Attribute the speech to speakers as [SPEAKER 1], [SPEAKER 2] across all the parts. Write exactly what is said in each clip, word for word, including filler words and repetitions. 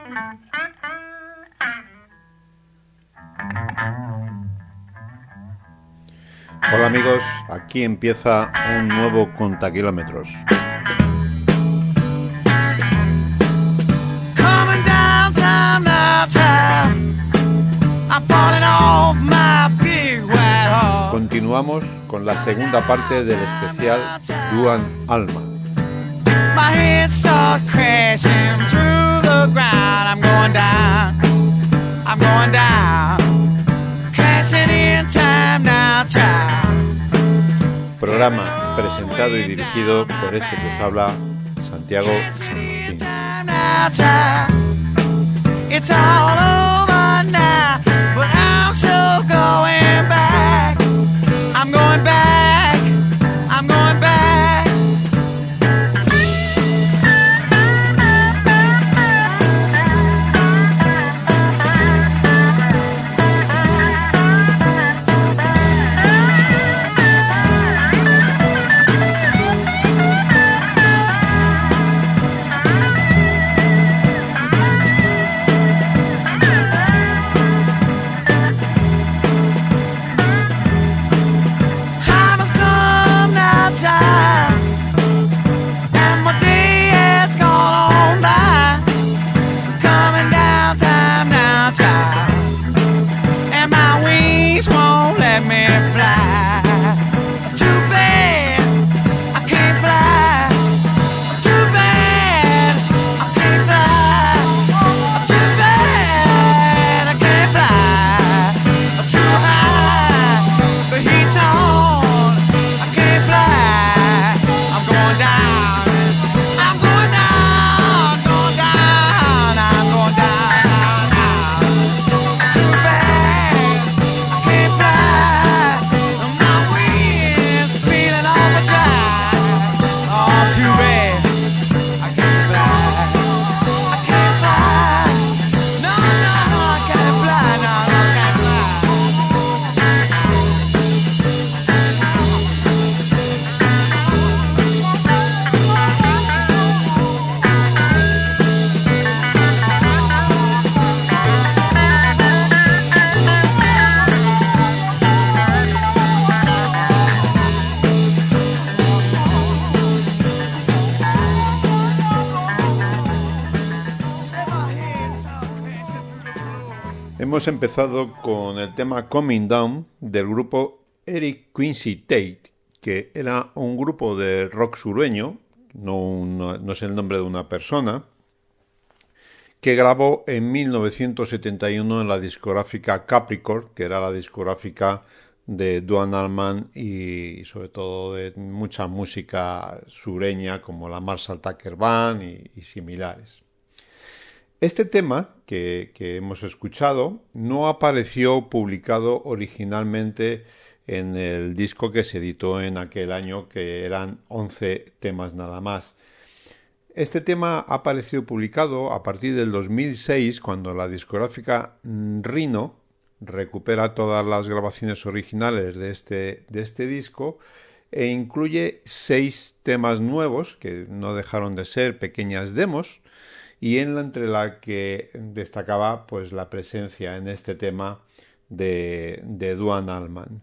[SPEAKER 1] Hola amigos, aquí empieza un nuevo Contakilómetros. Continuamos con la segunda parte del especial Duan Allman. My head starts crashing through the ground. I'm going down, I'm going down, crashing in time now, child. Programa presentado y dirigido por este que os habla, Santiago San Martín. It's all over now, but I'm still going back. I'm going back, I'm going back. Hemos empezado con el tema Coming Down del grupo Eric Quincy Tate, que era un grupo de rock sureño, no, una, no es el nombre de una persona, que grabó en mil novecientos setenta y uno en la discográfica Capricorn, que era la discográfica de Duan Allman y sobre todo de mucha música sureña como la Marshall Tucker Band y, y similares. Este tema que, que hemos escuchado no apareció publicado originalmente en el disco que se editó en aquel año, que eran once temas nada más. Este tema ha aparecido publicado a partir del dos mil seis, cuando la discográfica Rhino recupera todas las grabaciones originales de este, de este disco e incluye seis temas nuevos que no dejaron de ser pequeñas demos, y en la entre la que destacaba pues la presencia en este tema de, de Duan Allman.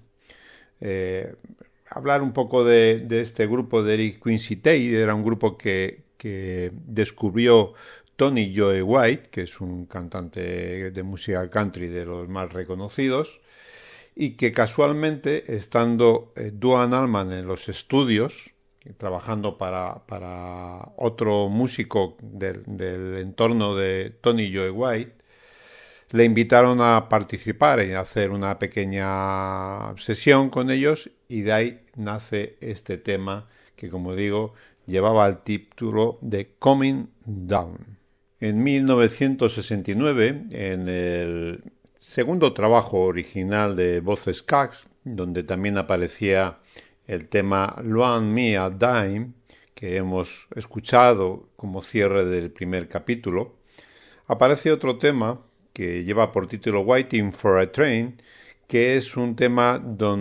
[SPEAKER 1] Eh, hablar un poco de, de este grupo de Eric Quincy Tate. Era un grupo que, que descubrió Tony Joe White, que es un cantante de música country de los más reconocidos, y que casualmente, estando eh, Duan Allman en los estudios, trabajando para, para otro músico del, del entorno de Tony Joe White, le invitaron a participar y a hacer una pequeña sesión con ellos, y de ahí nace este tema que, como digo, llevaba el título de Coming Down. En mil novecientos sesenta y nueve, en el segundo trabajo original de Voces Cax, donde también aparecía el tema Loan Me a Dime, que hemos escuchado como cierre del primer capítulo, aparece otro tema que lleva por título Waiting for a Train, que es un tema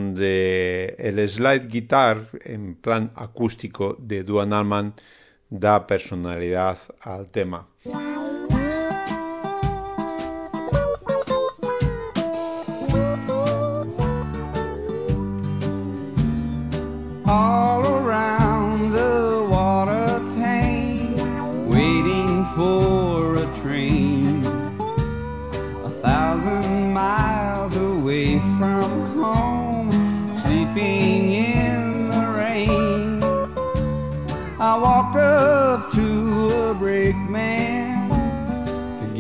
[SPEAKER 1] donde el slide guitar en plan acústico de Duan Allman da personalidad al tema.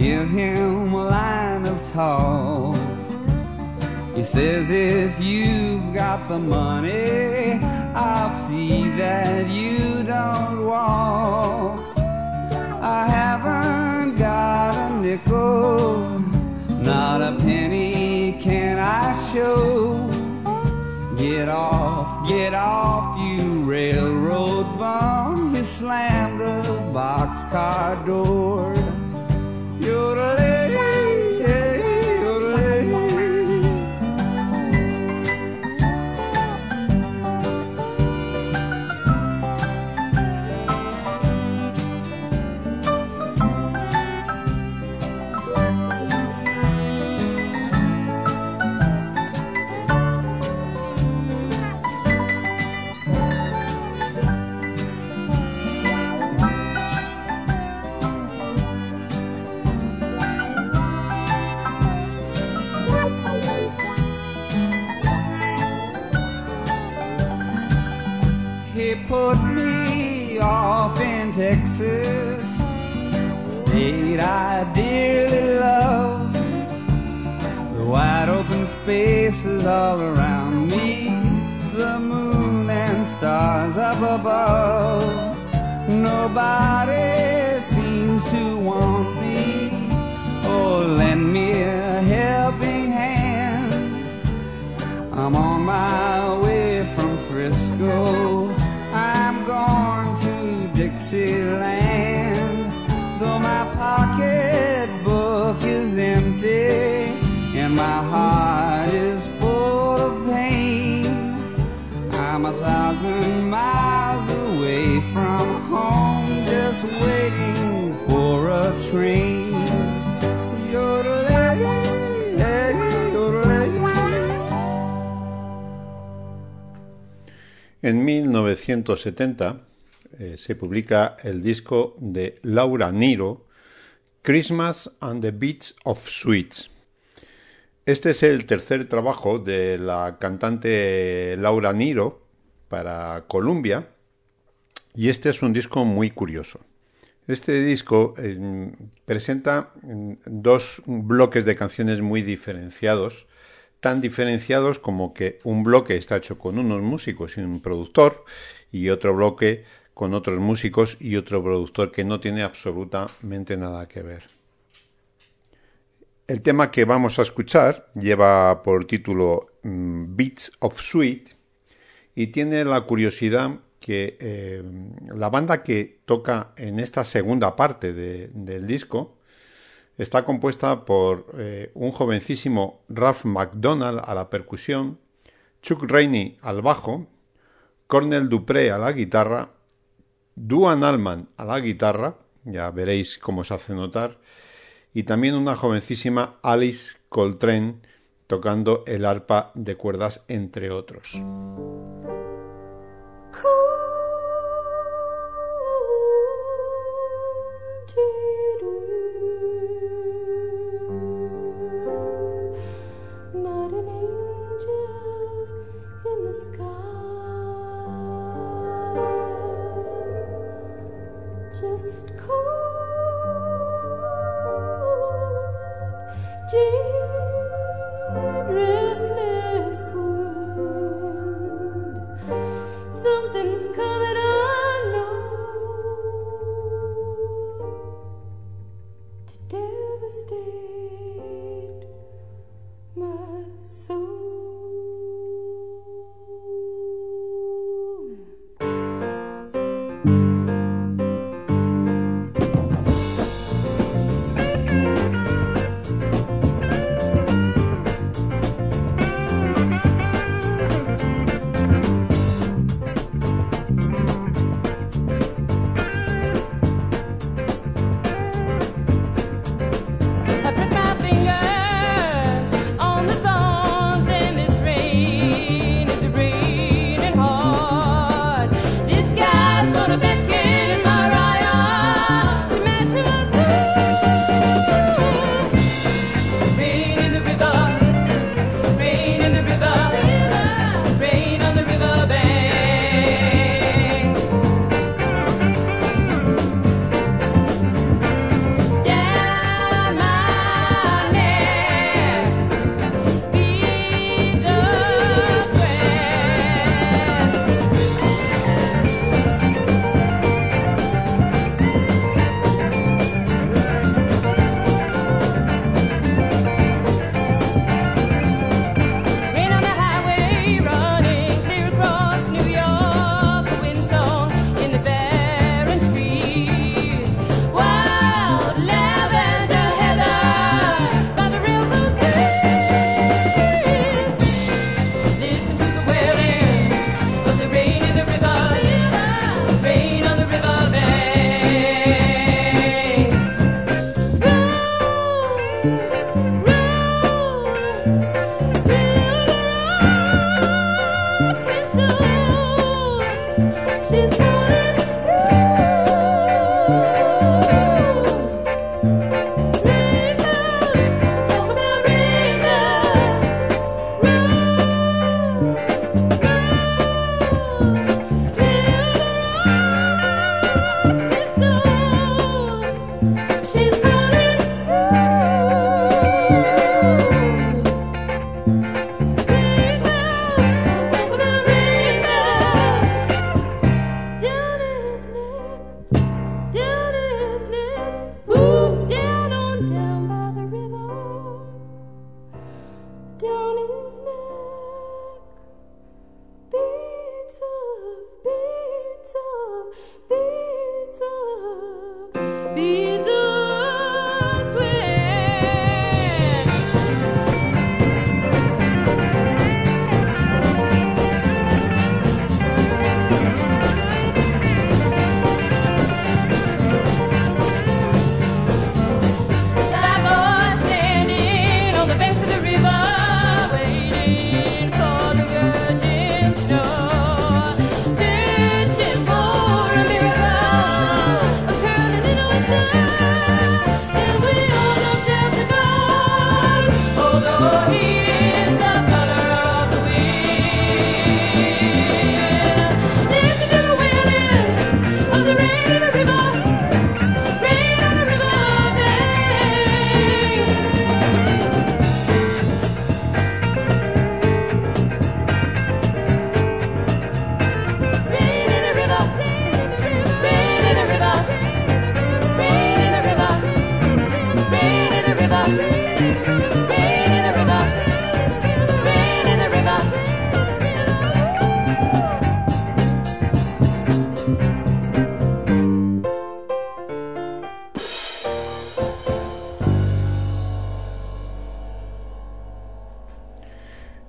[SPEAKER 2] give him a line of talk. He says if you've got the money, I'll see that you don't walk. I haven't got a nickel, not a penny can I show. Get off, get off, you railroad bum. You slammed the boxcar door. Yodelay, yodelay. Put me off in Texas, state I dearly love. The wide open spaces all around me, the moon and stars up above. Nobody seems to want me or lend me a helping hand. I'm on my way from Frisco, I'm going to Dixieland. Though my pocketbook is empty and my heart is full of pain, I'm a thousand miles away from home, just waiting for a train. Yodelay, yodelay.
[SPEAKER 1] En mil novecientos setenta eh, se publica el disco de Laura Nyro, Christmas and the Beach of Sweets. Este es el tercer trabajo de la cantante Laura Nyro para Columbia y este es un disco muy curioso. Este disco eh, presenta dos bloques de canciones muy diferenciados, tan diferenciados como que un bloque está hecho con unos músicos y un productor y otro bloque con otros músicos y otro productor que no tiene absolutamente nada que ver. El tema que vamos a escuchar lleva por título um, Beats of Sweet y tiene la curiosidad que eh, la banda que toca en esta segunda parte de, del disco está compuesta por eh, un jovencísimo Ralph McDonald a la percusión, Chuck Rainey al bajo, Cornell Dupree a la guitarra, Duane Allman a la guitarra, ya veréis cómo se hace notar, y también una jovencísima Alice Coltrane tocando el arpa de cuerdas, entre otros.
[SPEAKER 3] Just cold, Jane, restless wind. Something's coming, I know, to devastate my soul.
[SPEAKER 4] I put my fingers on the thorns and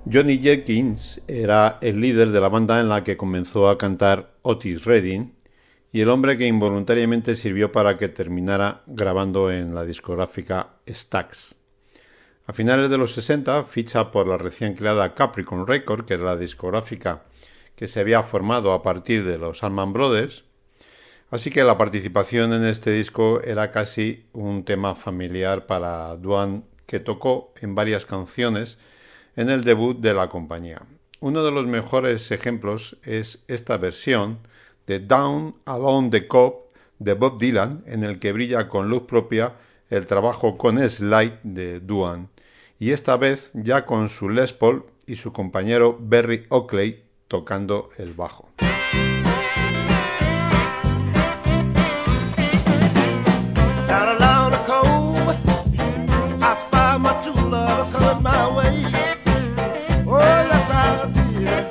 [SPEAKER 1] Johnny Jenkins era el líder de la banda en la que comenzó a cantar Otis Redding y el hombre que involuntariamente sirvió para que terminara grabando en la discográfica Stax. A finales de los sesenta ficha por la recién creada Capricorn Records, que era la discográfica que se había formado a partir de los Allman Brothers, así que la participación en este disco era casi un tema familiar para Duane, que tocó en varias canciones en el debut de la compañía. Uno de los mejores ejemplos es esta versión de Down Along the Cove de Bob Dylan, en el que brilla con luz propia el trabajo con slide de Duane, y esta vez ya con su Les Paul y su compañero Berry Oakley tocando el bajo.
[SPEAKER 4] Down along the cove, I spy my true love coming my way. Oh, yes, I did.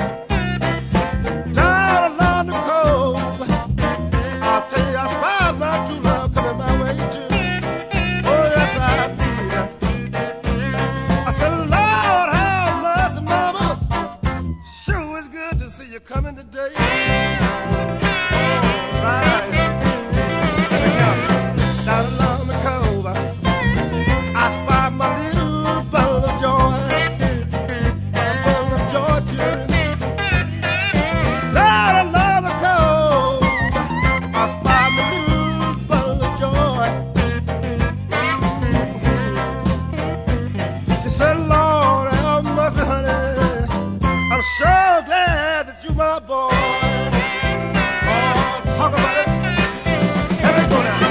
[SPEAKER 4] Down along the cove, I'll tell you, I spy my true love coming my way too. Oh, yes, I did. I said, Lord, have mercy, mama. Sure is good to see you coming today. All right. Down along the cove, I spy my little bundle of joy, my bundle of joy children. Down along the cove, I spy my little bundle of joy. She said, Lord, have mercy, honey, I'm sure glad that you my boy. Oh, talk about it. Let me go now.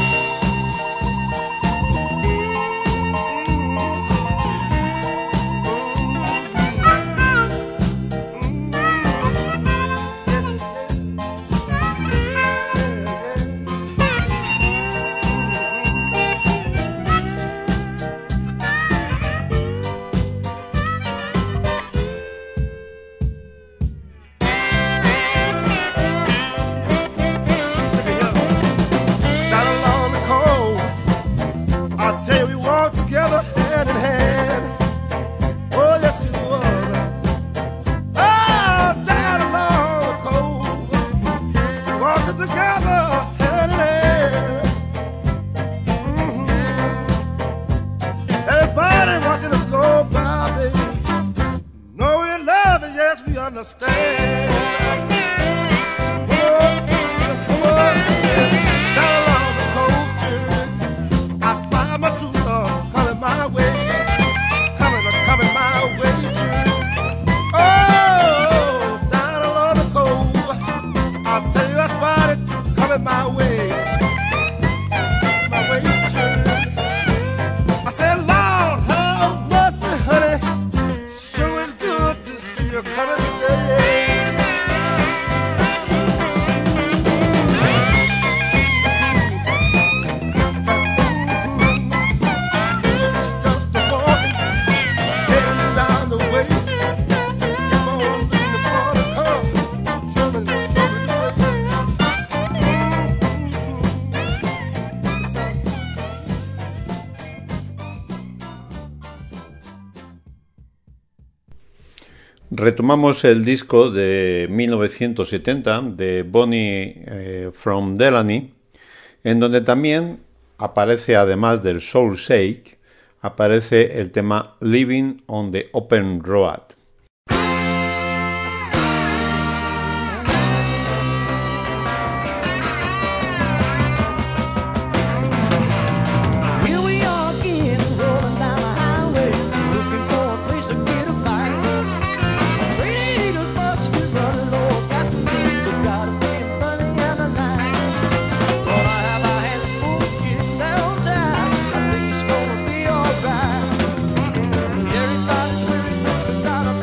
[SPEAKER 1] Retomamos el disco de mil novecientos setenta de Bonnie eh, from Delaney, en donde también aparece, además del Soul Shake, aparece el tema Living on the Open Road.
[SPEAKER 4] Everybody's really looking down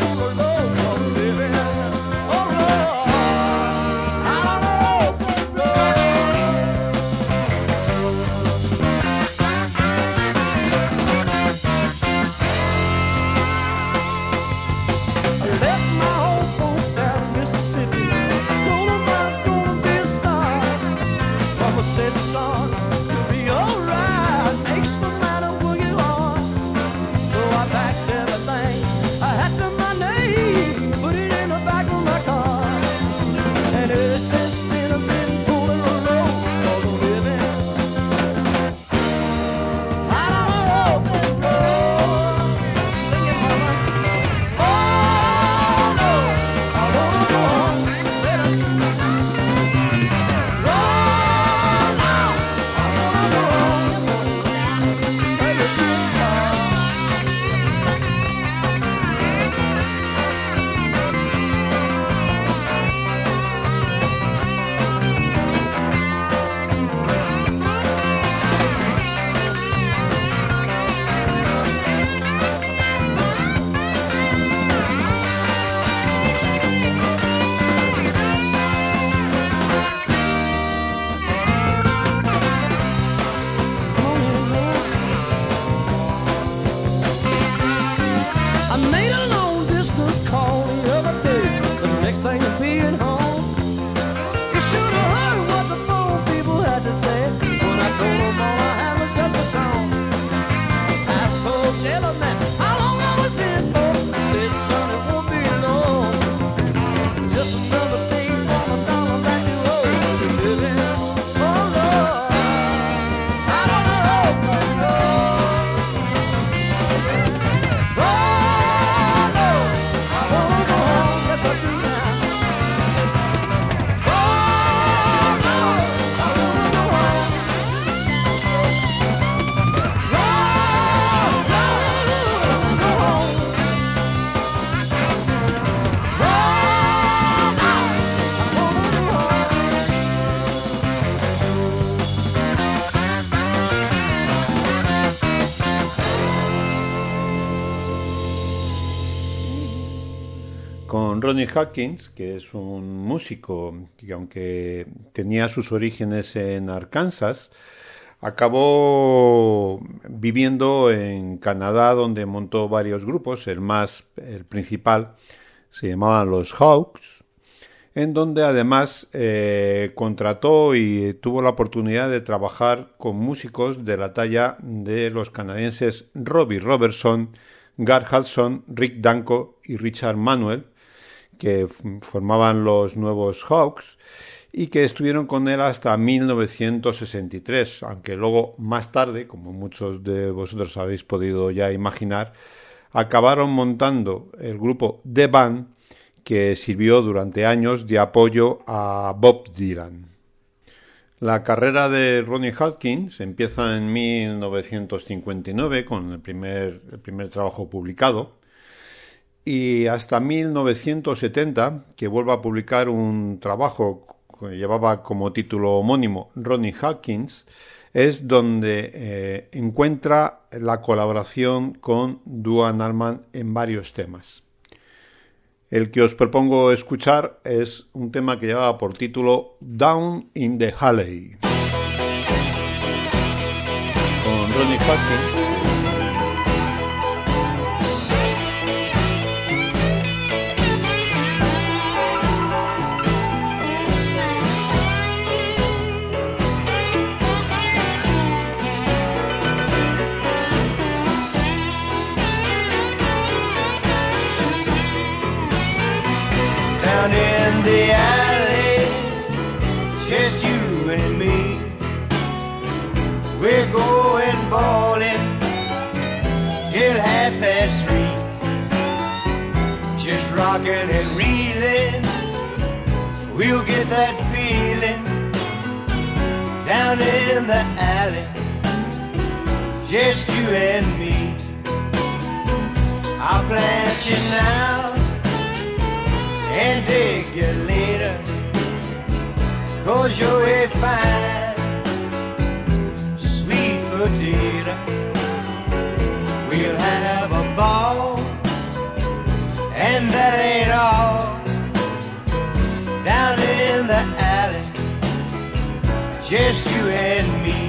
[SPEAKER 1] con Ronnie Hawkins, que es un músico que, aunque tenía sus orígenes en Arkansas, acabó viviendo en Canadá, donde montó varios grupos. El más, el principal, se llamaban los Hawks, en donde además eh, contrató y tuvo la oportunidad de trabajar con músicos de la talla de los canadienses Robbie Robertson, Gar Hudson, Rick Danko y Richard Manuel, que formaban los nuevos Hawks y que estuvieron con él hasta mil novecientos sesenta y tres, aunque luego más tarde, como muchos de vosotros habéis podido ya imaginar, acabaron montando el grupo The Band, que sirvió durante años de apoyo a Bob Dylan. La carrera de Ronnie Hawkins empieza en mil novecientos cincuenta y nueve con el primer, el primer trabajo publicado, y hasta mil novecientos setenta, que vuelve a publicar un trabajo que llevaba como título homónimo Ronnie Hawkins, es donde eh, encuentra la colaboración con Duane Allman en varios temas. El que os propongo escuchar es un tema que llevaba por título Down in the Alley, con Ronnie Hawkins.
[SPEAKER 5] Down in the alley, just you and me. We're going bowling till half past three. Just rocking and reeling, we'll get that feeling. Down in the alley, just you and me. I'll plant you now and dig you later, 'cause you're a fine, sweet potato. We'll have a ball, and that ain't all. Down in the alley, just you and me.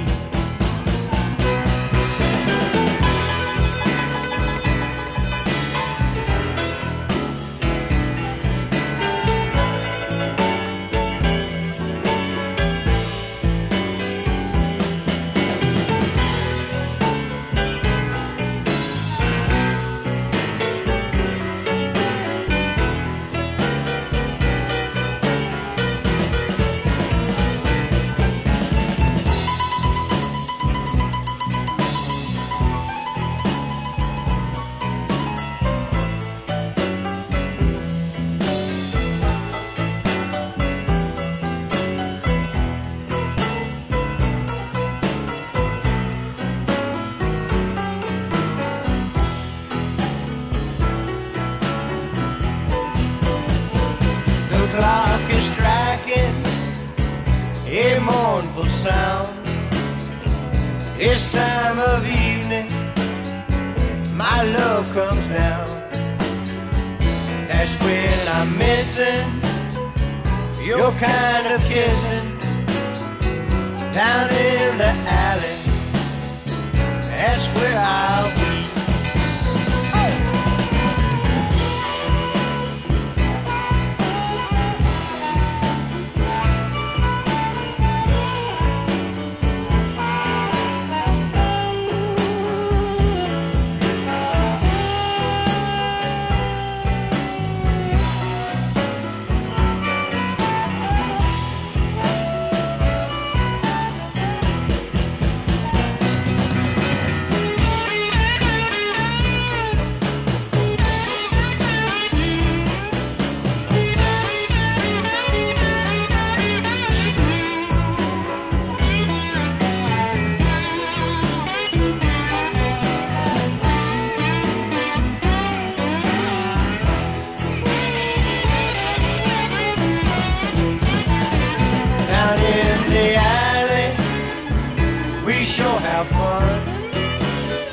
[SPEAKER 5] Clock is striking a mournful sound. This time of evening, my love comes down. That's when I'm missing your kind of kissing. Down in the alley, that's where I'll be.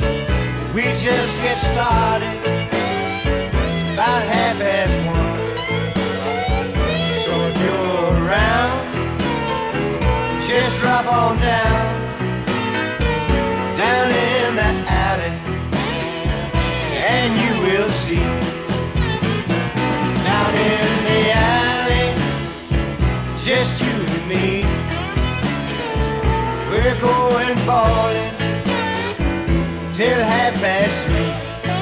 [SPEAKER 5] We just get started about half past one. till half past three.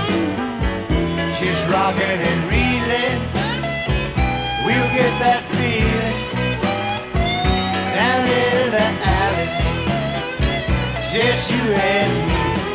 [SPEAKER 5] She's rocking and reeling. We'll get that feeling down in the alley. Just you and me.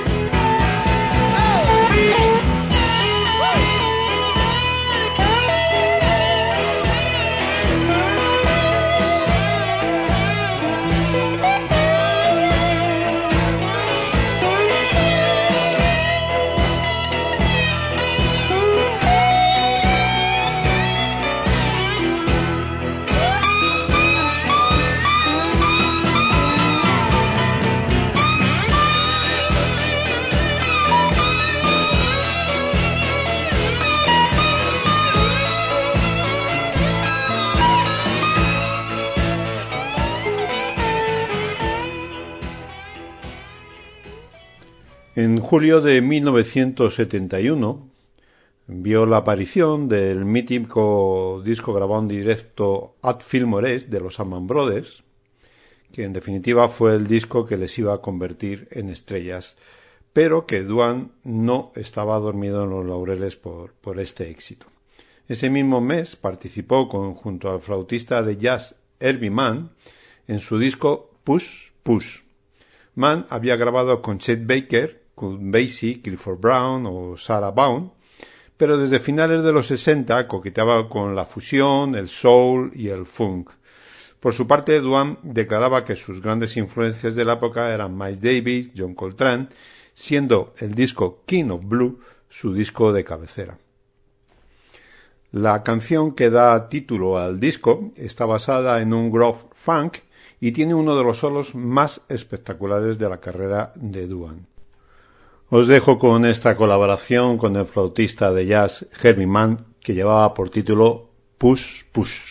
[SPEAKER 1] En julio de mil novecientos setenta y uno vio la aparición del mítico disco grabado en directo At Fillmore de los Allman Brothers, que en definitiva fue el disco que les iba a convertir en estrellas, pero que Duane no estaba dormido en los laureles por, por este éxito. Ese mismo mes participó con, junto al flautista de jazz Herbie Mann en su disco Push Push. Mann había grabado con Chet Baker, Count Basie, Clifford Brown o Sarah Vaughan, pero desde finales de los sesenta coqueteaba con la fusión, el soul y el funk. Por su parte, Duane declaraba que sus grandes influencias de la época eran Miles Davis, John Coltrane, siendo el disco King of Blue su disco de cabecera. La canción que da título al disco está basada en un groove funk y tiene uno de los solos más espectaculares de la carrera de Duane. Os dejo con esta colaboración con el flautista de jazz Herbie Mann, que llevaba por título Push Push.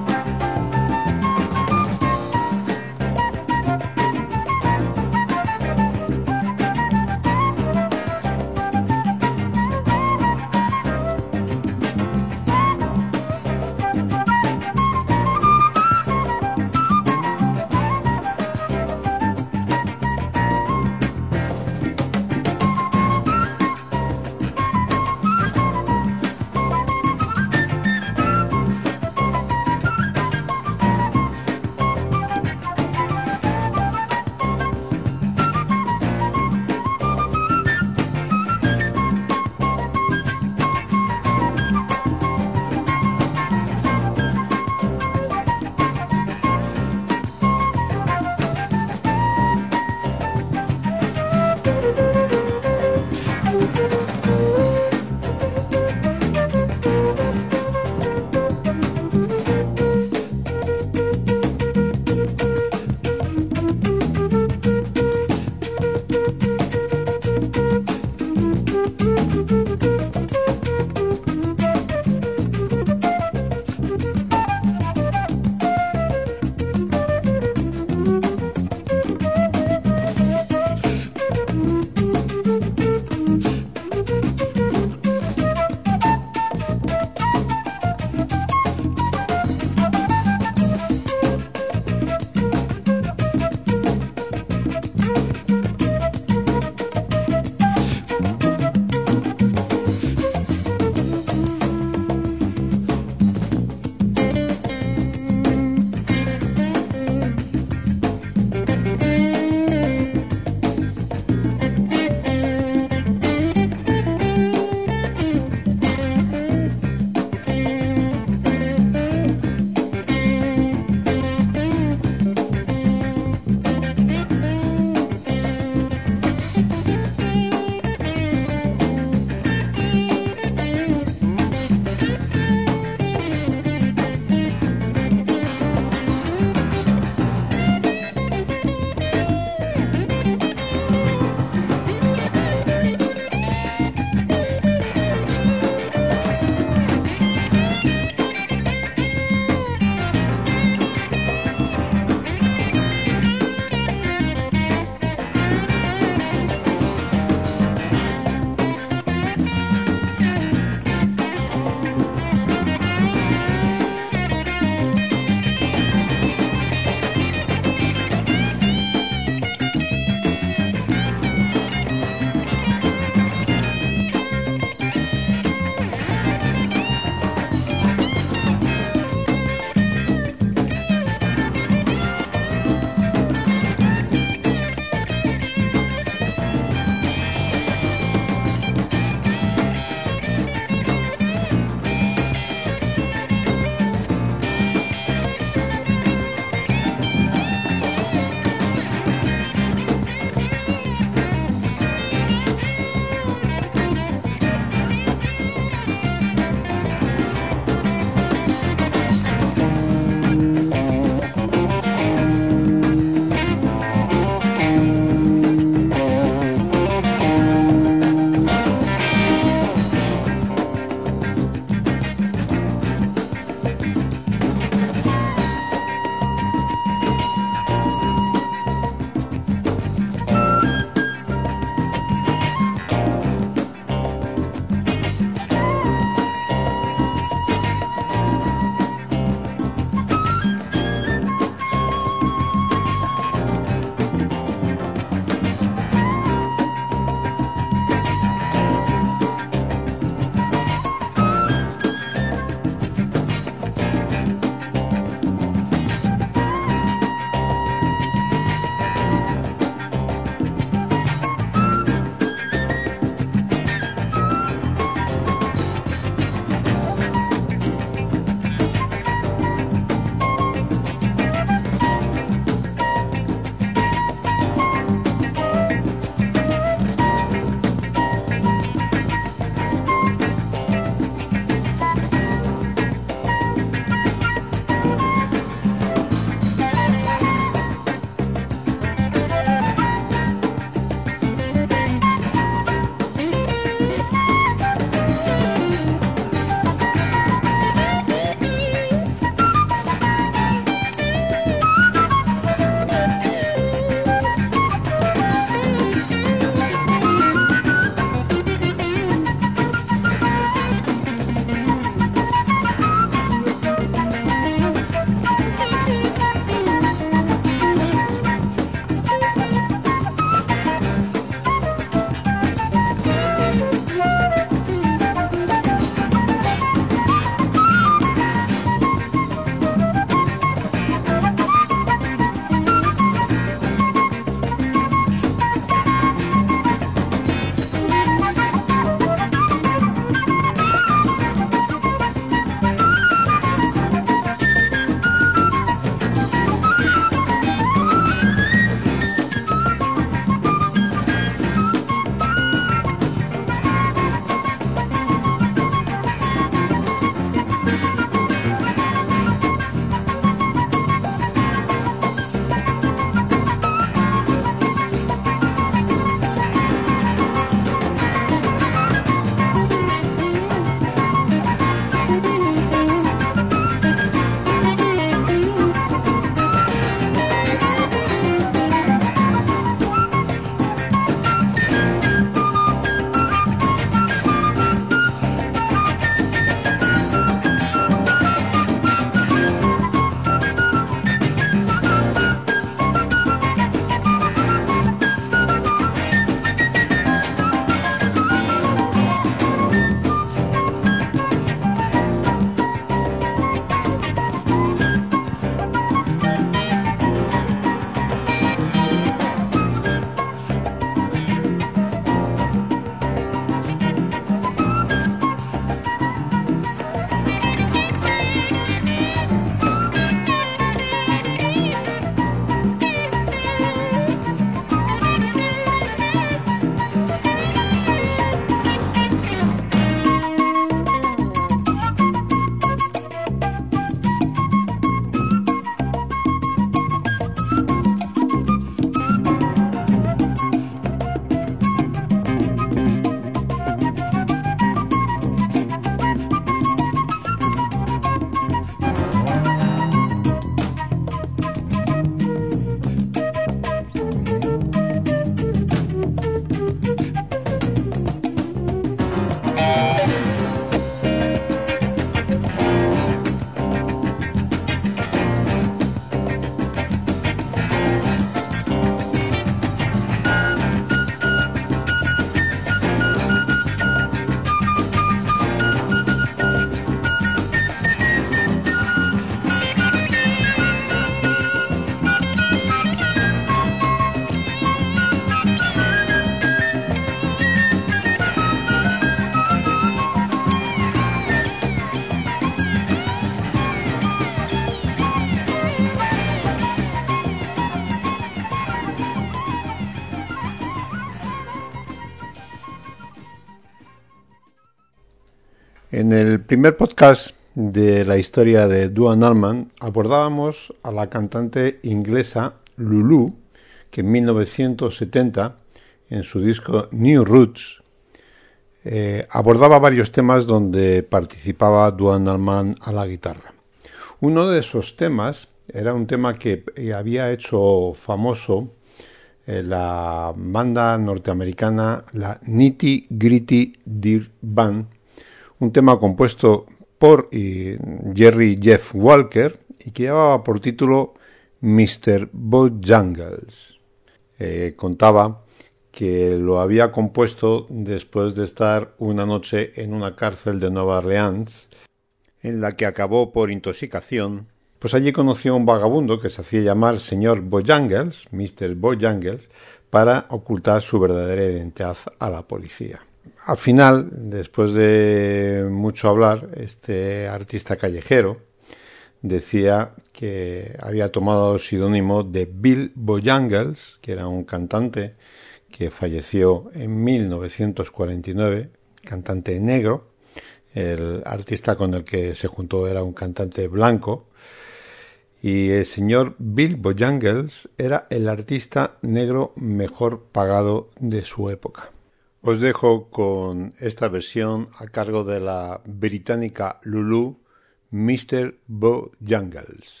[SPEAKER 1] En el primer podcast de la historia de Duane Allman abordábamos a la cantante inglesa Lulu, que en mil novecientos setenta, en su disco New Roots, eh, abordaba varios temas donde participaba Duane Allman a la guitarra. Uno de esos temas era un tema que había hecho famoso eh, la banda norteamericana, la Nitty Gritty Dirt Band, un tema compuesto por y, Jerry Jeff Walker y que llevaba por título mister Bojangles. Eh, contaba que lo había compuesto después de estar una noche en una cárcel de Nueva Orleans, en la que acabó por intoxicación. Pues allí conoció a un vagabundo que se hacía llamar señor Bojangles, mister Bojangles, para ocultar su verdadera identidad a la policía. Al final, después de mucho hablar, este artista callejero decía que había tomado el seudónimo de Bill Bojangles, que era un cantante que falleció en mil novecientos cuarenta y nueve, cantante negro. El artista con el que se juntó era un cantante blanco. Y el señor Bill Bojangles era el artista negro mejor pagado de su época. Os dejo con esta versión a cargo de la británica Lulu, mister Bojangles.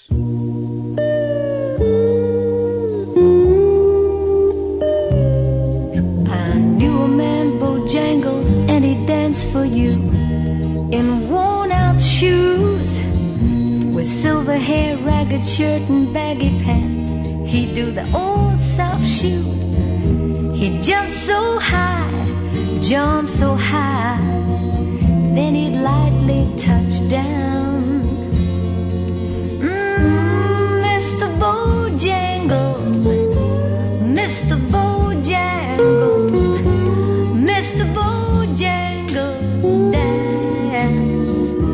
[SPEAKER 6] I knew a man, Bojangles, and he danced for you in worn-out shoes, with silver hair, ragged shirt, and baggy pants. He'd do the old South shoe. He'd jump so high, jump so high, then he'd lightly touch down. Mm, mister Bojangles, mister Bojangles, mister Bojangles dance.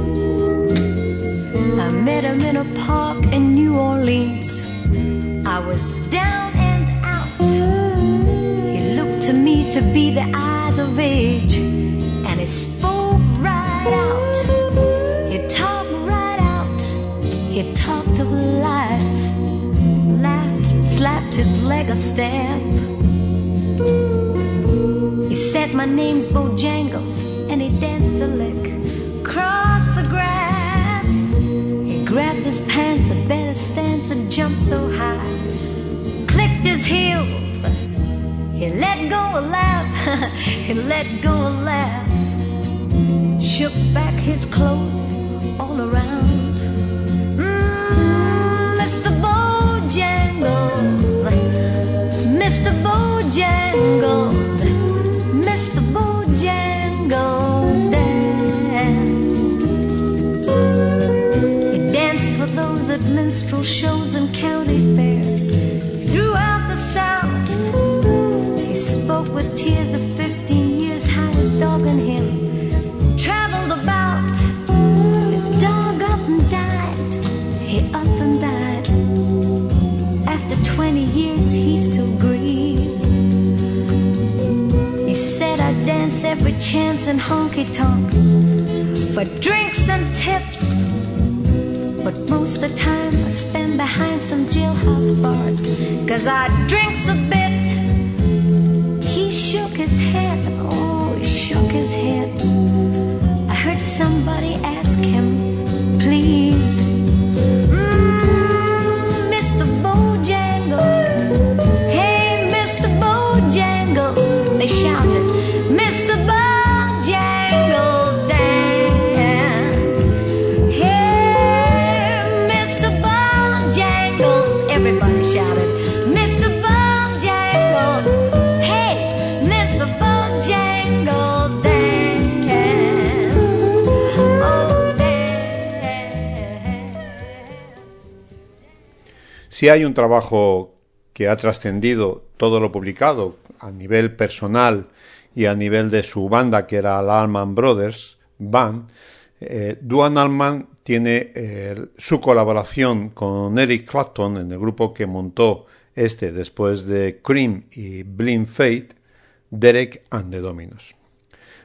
[SPEAKER 6] I met him in a park in New Orleans. I was down and out. He looked to me to be the eyes of age, and he spoke right out. He talked right out. He talked of life, laughed, slapped his leg a step. He said, my name's Bojangles, and he danced the lick across the grass. He grabbed his pants, a better stance, and jumped so high, clicked his heels. He let go a laugh, he let go a laugh, shook back his clothes all around. Mm, mister Bojangles, mister Bojangles, mister Bojangles dance. He danced for those at minstrel shows and county fairs throughout the South. Spoke with tears of fifteen years, how his dog and him traveled about. His dog up and died, he up and died. After twenty years he still grieves. He said, I dance every chance in honky-tonks for drinks and tips, but most of the time I spend behind some jailhouse bars, 'cause I drinks a bit. He shook his head, oh, he shook his head. I heard somebody ask him, please, mm, mister Bojangles, hey, mister Bojangles, they shouted, mister Bojangles dance, hey, mister Bojangles, everybody shouted, mister Bojangles, hey, mister Bojangles dance, oh dance.
[SPEAKER 1] Si hay un trabajo que ha trascendido todo lo publicado a nivel personal y a nivel de su banda, que era la Allman Brothers Band, eh, Duane Allman tiene eh, su colaboración con Eric Clapton en el grupo que montó este después de Cream y Blind Faith, Derek and the Dominos.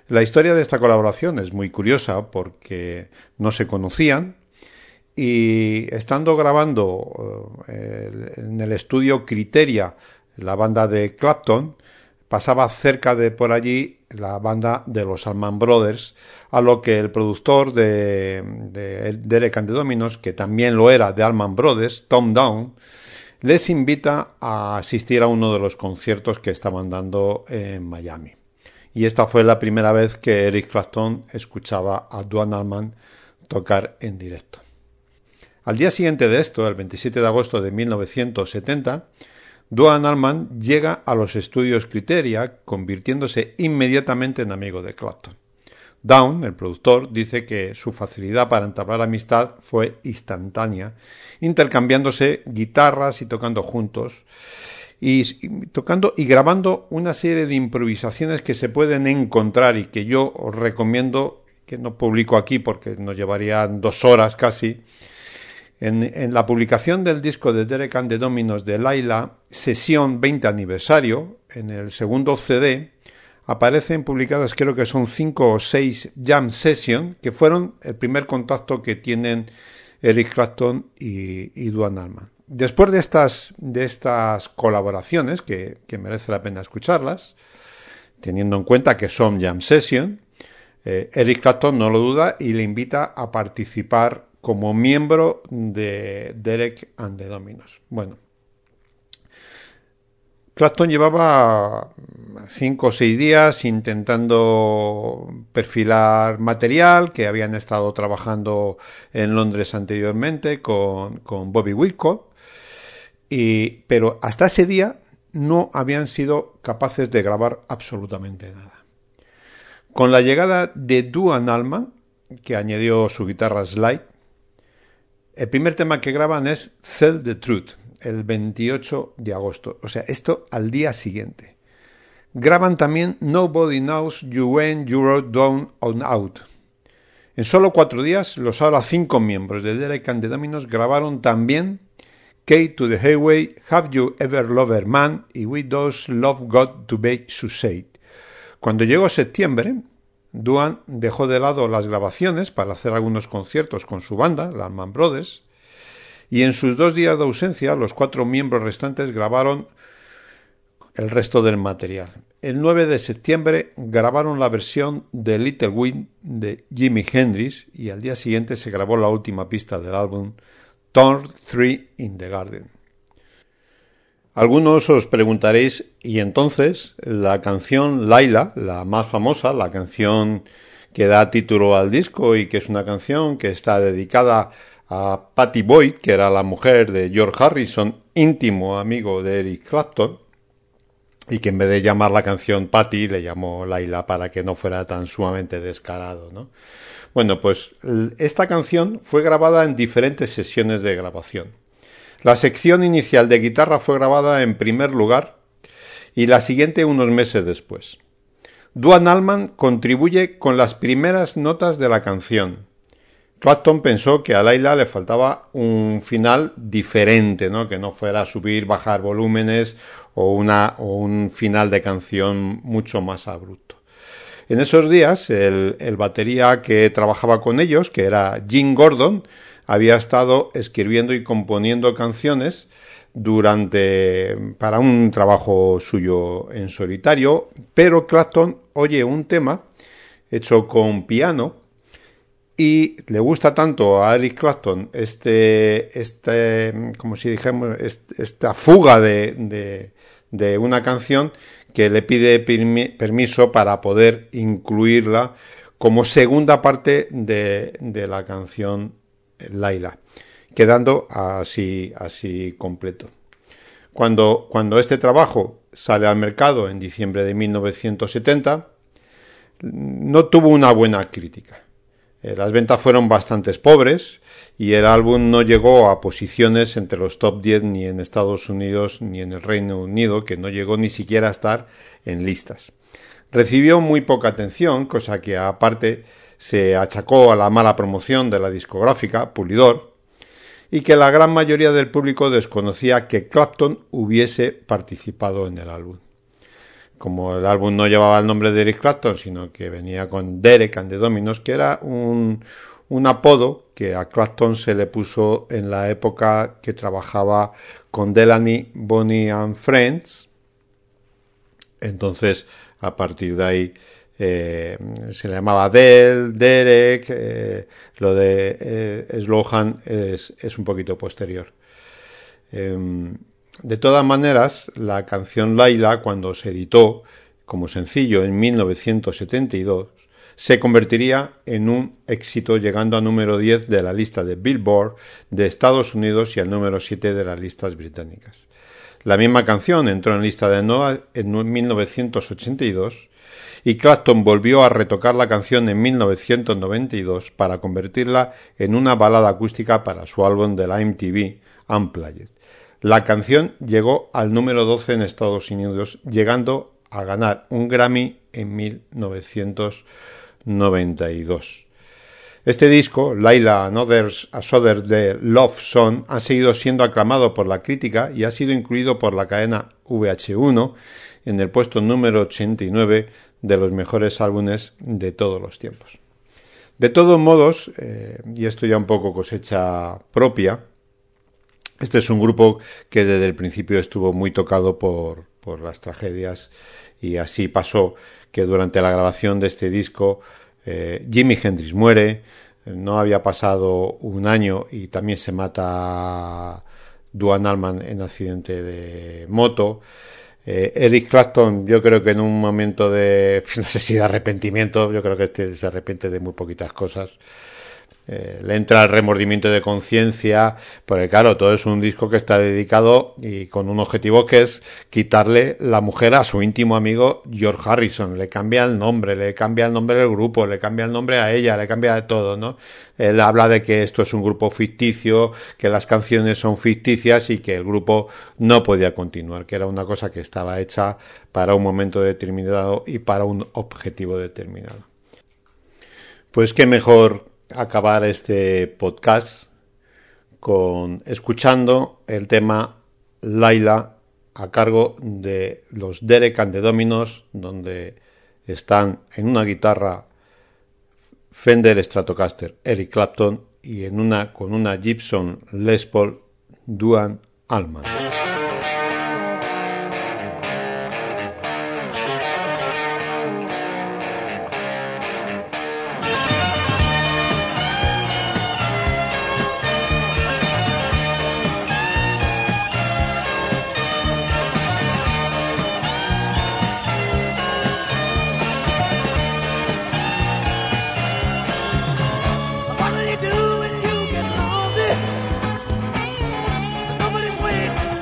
[SPEAKER 1] La historia de esta colaboración es muy curiosa porque no se conocían y estando grabando eh, en el estudio Criteria, la banda de Clapton, pasaba cerca de por allí la banda de los Allman Brothers, a lo que el productor de, de Derek and the Dominos, que también lo era de Allman Brothers, Tom Down, les invita a asistir a uno de los conciertos que estaban dando en Miami. Y esta fue la primera vez que Eric Clapton escuchaba a Duane Allman tocar en directo. Al día siguiente de esto, el veintisiete de agosto de mil novecientos setenta, Duane Allman llega a los estudios Criteria, convirtiéndose inmediatamente en amigo de Clapton. Down, el productor, dice que su facilidad para entablar amistad fue instantánea, intercambiándose guitarras y tocando juntos, y, y tocando y grabando una serie de improvisaciones que se pueden encontrar y que yo os recomiendo, que no publico aquí porque nos llevarían dos horas casi. En, en la publicación del disco de Derek and the Dominos de Laila, sesión veinte aniversario, en el segundo C D, aparecen publicadas, creo que son cinco o seis jam sessions, que fueron el primer contacto que tienen Eric Clapton y, y Duane Allman. Después de estas, de estas colaboraciones, que, que merece la pena escucharlas, teniendo en cuenta que son jam sessions, eh, Eric Clapton no lo duda y le invita a participar como miembro de Derek and the Dominos. Bueno, Clapton llevaba cinco o seis días intentando perfilar material que habían estado trabajando en Londres anteriormente con, con Bobby Wilcox, y, pero hasta ese día no habían sido capaces de grabar absolutamente nada. Con la llegada de Duane Allman, que añadió su guitarra slide, el primer tema que graban es Tell the Truth, el veintiocho de agosto. O sea, esto al día siguiente. Graban también Nobody Knows You When You're Down and Out. En solo cuatro días, los ahora cinco miembros de Derek and the Dominos grabaron también Key to the Highway, Have You Ever Loved Man y We Does Love God to Be Suicide. Cuando llegó septiembre, Duane dejó de lado las grabaciones para hacer algunos conciertos con su banda, la Allman Brothers, y en sus dos días de ausencia los cuatro miembros restantes grabaron el resto del material. El nueve de septiembre grabaron la versión de Little Wind de Jimi Hendrix y al día siguiente se grabó la última pista del álbum, Turn three in the Garden. Algunos os preguntaréis, ¿y entonces la canción Laila, la más famosa, la canción que da título al disco y que es una canción que está dedicada a Pattie Boyd, que era la mujer de George Harrison, íntimo amigo de Eric Clapton, y que en vez de llamar la canción Pattie le llamó Laila para que no fuera tan sumamente descarado, ¿no? Bueno, pues esta canción fue grabada en diferentes sesiones de grabación. La sección inicial de guitarra fue grabada en primer lugar y la siguiente unos meses después. Duane Allman contribuye con las primeras notas de la canción. Clapton pensó que a Laila le faltaba un final diferente, ¿no? Que no fuera subir, bajar volúmenes o, una, o un final de canción mucho más abrupto. En esos días, el, el batería que trabajaba con ellos, que era Jim Gordon, había estado escribiendo y componiendo canciones durante para un trabajo suyo en solitario, pero Clapton oye un tema hecho con piano y le gusta tanto a Eric Clapton este, este como si dijéramos, este, esta fuga de, de, de una canción que le pide permi- permiso para poder incluirla como segunda parte de, de la canción Laila, quedando así, así completo. Cuando, cuando este trabajo sale al mercado en diciembre de mil novecientos setenta, no tuvo una buena crítica. Eh, las ventas fueron bastante pobres y el álbum no llegó a posiciones entre los top diez ni en Estados Unidos ni en el Reino Unido, que no llegó ni siquiera a estar en listas. Recibió muy poca atención, cosa que aparte se achacó a la mala promoción de la discográfica Polydor y que la gran mayoría del público desconocía que Clapton hubiese participado en el álbum. como el álbum no llevaba el nombre de Eric Clapton, sino que venía con Derek and the Dominos, que era un, un apodo que a Clapton se le puso en la época que trabajaba con Delaney, Bonnie and Friends. Entonces, a partir de ahí eh, se le llamaba Del, Derek, eh, lo de eh, Slohan es, es un poquito posterior. Eh, de todas maneras, la canción Laila, cuando se editó como sencillo en mil novecientos setenta y dos, se convertiría en un éxito, llegando a número diez de la lista de Billboard de Estados Unidos y al número siete de las listas británicas. La misma canción entró en lista de Nova en mil novecientos ochenta y dos y Clapton volvió a retocar la canción en mil novecientos noventa y dos para convertirla en una balada acústica para su álbum de la M T V Unplugged. La canción llegó al número doce en Estados Unidos, llegando a ganar un Grammy en mil novecientos noventa y dos. Este disco, Laila and Others, Others the Love Song, ha seguido siendo aclamado por la crítica y ha sido incluido por la cadena V H uno en el puesto número ochenta y nueve de los mejores álbumes de todos los tiempos. De todos modos, eh, y esto ya un poco cosecha propia, este es un grupo que desde el principio estuvo muy tocado por, por las tragedias, y así pasó que durante la grabación de este disco eh, Jimi Hendrix muere, no había pasado un año y también se mata Duane Allman en accidente de moto. Eh, Eric Clapton, yo creo que en un momento de, no sé si de arrepentimiento, yo creo que este se arrepiente de muy poquitas cosas. Eh, le entra el remordimiento de conciencia, porque claro, todo es un disco que está dedicado y con un objetivo que es quitarle la mujer a su íntimo amigo George Harrison. Le cambia el nombre, le cambia el nombre del grupo, le cambia el nombre a ella, le cambia de todo, ¿no? Él habla de que esto es un grupo ficticio, que las canciones son ficticias y que el grupo no podía continuar, que era una cosa que estaba hecha para un momento determinado y para un objetivo determinado. Pues qué mejor acabar este podcast con escuchando el tema Laila a cargo de los Derek and the Dominos, donde están en una guitarra Fender Stratocaster Eric Clapton y en una con una Gibson Les Paul Duane Allman.
[SPEAKER 7] What do you do when you get lonely? Nobody's waiting.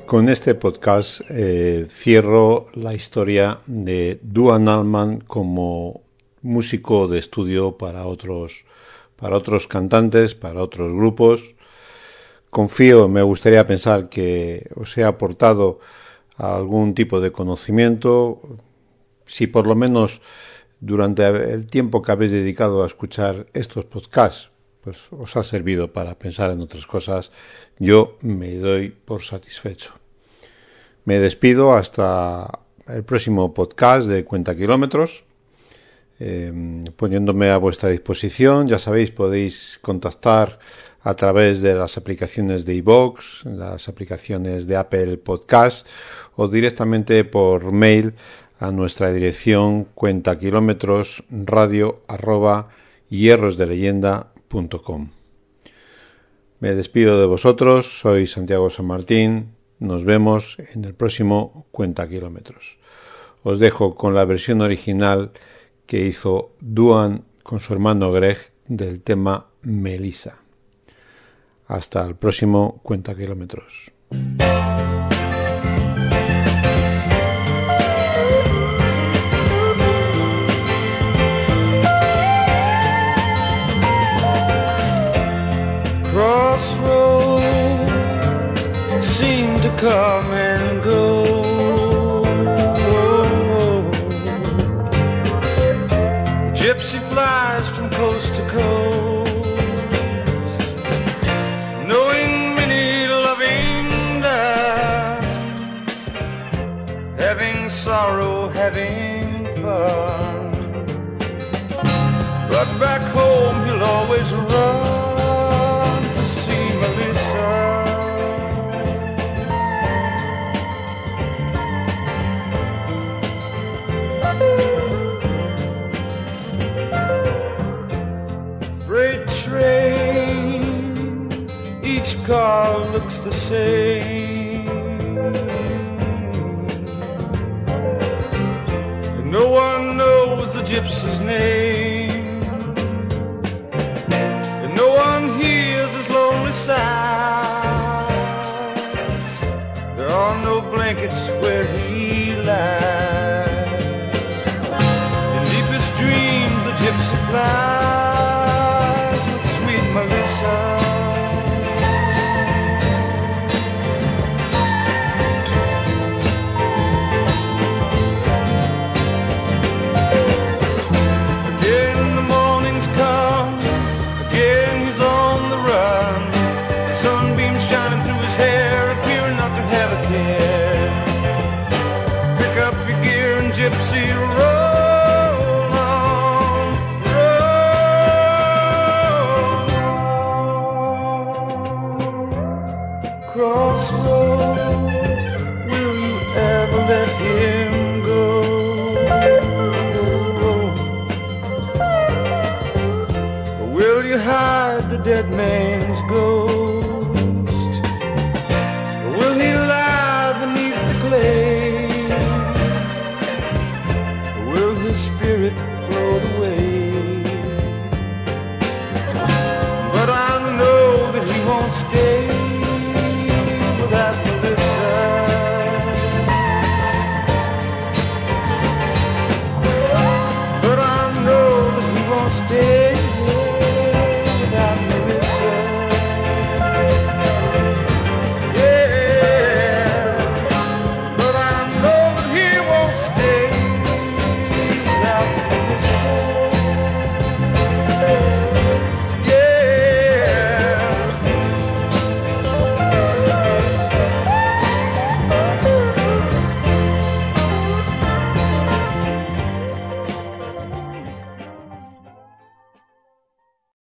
[SPEAKER 1] Con este podcast eh, cierro la historia de Duane Allman como músico de estudio para otros, para otros cantantes, para otros grupos. Confío, me gustaría pensar que os he aportado algún tipo de conocimiento, si por lo menos durante el tiempo que habéis dedicado a escuchar estos podcasts, pues os ha servido para pensar en otras cosas, yo me doy por satisfecho. Me despido hasta el próximo podcast de Cuenta Kilómetros, eh, poniéndome a vuestra disposición. Ya sabéis, podéis contactar a través de las aplicaciones de iVoox, las aplicaciones de Apple Podcast o directamente por mail a nuestra dirección cuentakilometrosradio arroba hierrosdeleyenda.com. Me despido de vosotros, soy Santiago San Martín, nos vemos en el próximo Cuenta Kilómetros. Os dejo con la versión original que hizo Duane con su hermano Greg del tema Melissa. Hasta el próximo Cuenta Kilómetros.
[SPEAKER 4] Crossroads seem to come and go. Gypsy flies from coast to coast, knowing many loving die, having sorrow, having fun. But back home he'll always run to see Melissa. Freight train, each car looks the same, and no one knows the gypsy's name, and no one hears his lonely sighs. There are no blankets where he lies. In deepest dreams the gypsy flies with sweet Melissa. Again the morning's come, again he's on the run. The sunbeams shining through his hair, appearing not to have a care. Pick up your gear and gypsy, roll on, roll on. Crossroads, will you ever let him go? Or will you hide the dead man's ghost? Or will he lie beneath the clay? Or will his spirit